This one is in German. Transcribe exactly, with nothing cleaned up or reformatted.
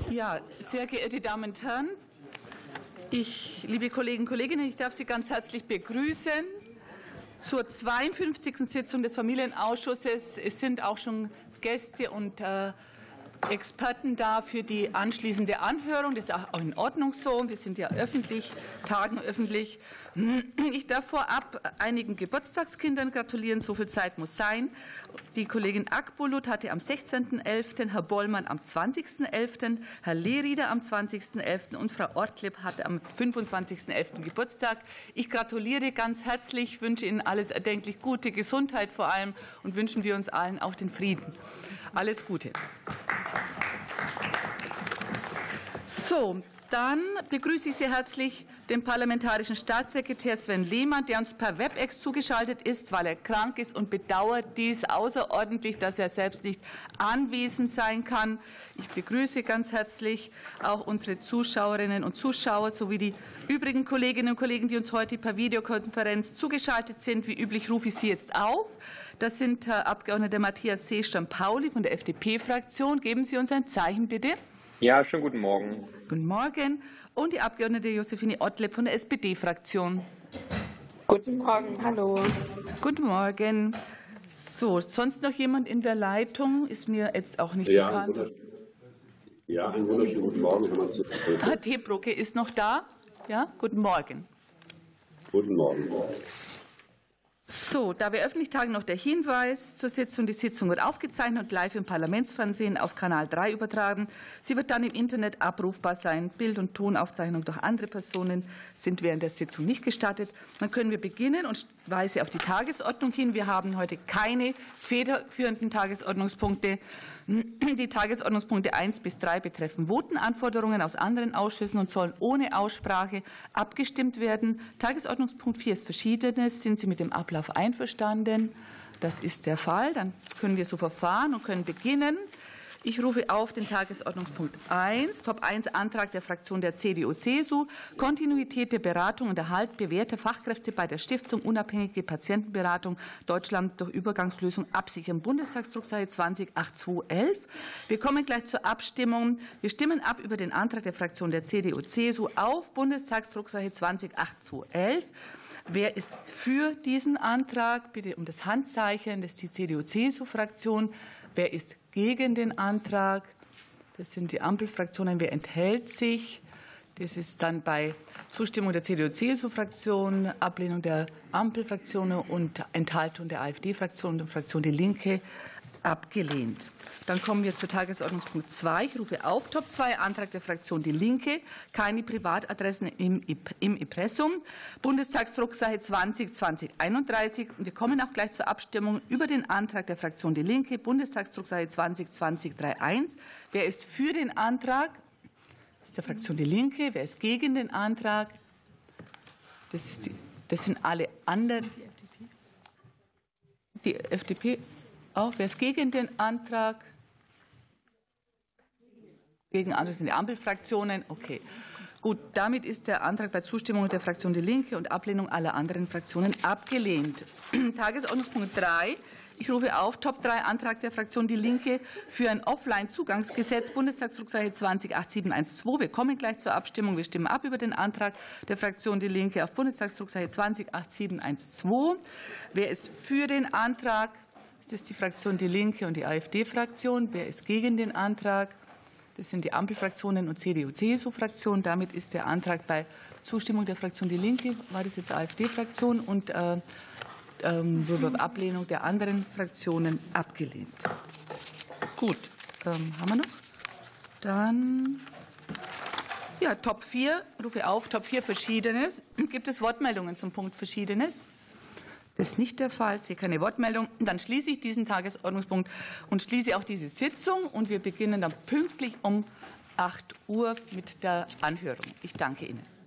Ja, sehr geehrte Damen und Herren, ich, liebe Kolleginnen und Kollegen, ich darf Sie ganz herzlich begrüßen zur zweiundfünfzigsten Sitzung des Familienausschusses. Es sind auch schon Gäste und äh, Experten da für die anschließende Anhörung. Das ist auch in Ordnung so. Wir sind ja öffentlich, tagen öffentlich. Ich darf vorab einigen Geburtstagskindern gratulieren. So viel Zeit muss sein. Die Kollegin Akbulut hatte am sechzehnten elften, Herr Bollmann am zwanzigsten elften, Herr Lehrieder am zwanzigsten elften und Frau Ortlieb hatte am fünfundzwanzigsten elften Geburtstag. Ich gratuliere ganz herzlich, wünsche Ihnen alles erdenklich Gute, Gesundheit vor allem und wünschen wir uns allen auch den Frieden. Alles Gute. So, dann begrüße ich sehr herzlich den parlamentarischen Staatssekretär Sven Lehmann, der uns per Webex zugeschaltet ist, weil er krank ist und bedauert dies außerordentlich, dass er selbst nicht anwesend sein kann. Ich begrüße ganz herzlich auch unsere Zuschauerinnen und Zuschauer sowie die übrigen Kolleginnen und Kollegen, die uns heute per Videokonferenz zugeschaltet sind. Wie üblich rufe ich Sie jetzt auf. Das sind Herr Abgeordneter Matthias Seestern-Pauli von der F D P-Fraktion. Geben Sie uns ein Zeichen, bitte. Ja, schönen guten Morgen. Guten Morgen. Und die Abgeordnete Josephine Ortlieb von der S P D-Fraktion. Guten Morgen, hallo. Guten Morgen. So, sonst noch jemand in der Leitung? Ist mir jetzt auch nicht ja, bekannt. Ja, einen wunderschönen guten Morgen. Herr Tebrucke ist noch da. Ja, guten Morgen. Guten Morgen. So, da wir öffentlich tagen, noch der Hinweis zur Sitzung. Die Sitzung wird aufgezeichnet und live im Parlamentsfernsehen auf Kanal drei übertragen. Sie wird dann im Internet abrufbar sein. Bild- und Tonaufzeichnung durch andere Personen sind während der Sitzung nicht gestattet. Dann können wir beginnen und weise auf die Tagesordnung hin. Wir haben heute keine federführenden Tagesordnungspunkte. Die Tagesordnungspunkte eins bis drei betreffen Votenanforderungen aus anderen Ausschüssen und sollen ohne Aussprache abgestimmt werden. Tagesordnungspunkt vier ist Verschiedenes. Sind Sie mit dem Ablauf einverstanden? Das ist der Fall. Dann können wir so verfahren und können beginnen. Ich rufe auf den Tagesordnungspunkt eins, Top eins Antrag der Fraktion der C D U C S U, Kontinuität der Beratung und Erhalt bewährter Fachkräfte bei der Stiftung Unabhängige Patientenberatung Deutschland durch Übergangslösung absichern. Bundestagsdrucksache zwanzig achtzehn. Wir kommen gleich zur Abstimmung. Wir stimmen ab über den Antrag der Fraktion der C D U C S U auf Bundestagsdrucksache zwanzig achtzehn. Wer ist für diesen Antrag? Bitte um das Handzeichen. Das ist die C D U C S U-Fraktion. Wer ist gegen den Antrag? Das sind die Ampelfraktionen. Wer enthält sich? Das ist dann bei Zustimmung der C D U C S U-Fraktion, Ablehnung der Ampelfraktionen und Enthaltung der AfD-Fraktion und der Fraktion Die Linke abgelehnt. Dann kommen wir zu Tagesordnungspunkt zwei. Ich rufe auf Top zwei Antrag der Fraktion Die Linke, keine Privatadressen im Impressum, Bundestagsdrucksache zwanzig zweitausendeinunddreißig. Wir kommen auch gleich zur Abstimmung über den Antrag der Fraktion Die Linke, Bundestagsdrucksache zwanzig zwanzig einunddreißig. Wer ist für den Antrag? Das ist der Fraktion Die Linke. Wer ist gegen den Antrag? Das, ist die, das sind alle anderen. Die F D P auch. Wer ist gegen den Antrag? Gegen andere sind die Ampelfraktionen. Okay. Gut, damit ist der Antrag bei Zustimmung der Fraktion Die Linke und Ablehnung aller anderen Fraktionen abgelehnt. Tagesordnungspunkt drei. Ich rufe auf Top drei Antrag der Fraktion Die Linke für ein Offline-Zugangsgesetz, Bundestagsdrucksache zwanzig achtzehn. Wir kommen gleich zur Abstimmung. Wir stimmen ab über den Antrag der Fraktion Die Linke auf Bundestagsdrucksache zwanzig achtzehn. Wer ist für den Antrag? Das ist die Fraktion Die Linke und die AfD-Fraktion. Wer ist gegen den Antrag? Das sind die Ampelfraktionen und C D U C S U-Fraktion. Damit ist der Antrag bei Zustimmung der Fraktion Die Linke, war das jetzt AfD-Fraktion, und äh, ähm, Ablehnung der anderen Fraktionen abgelehnt. Gut, ähm, haben wir noch? Dann ja, Top vier, rufe auf, Top vier Verschiedenes. Gibt es Wortmeldungen zum Punkt Verschiedenes? Das ist nicht der Fall. Ich sehe keine Wortmeldung. Dann schließe ich diesen Tagesordnungspunkt und schließe auch diese Sitzung. Und wir beginnen dann pünktlich um acht Uhr mit der Anhörung. Ich danke Ihnen.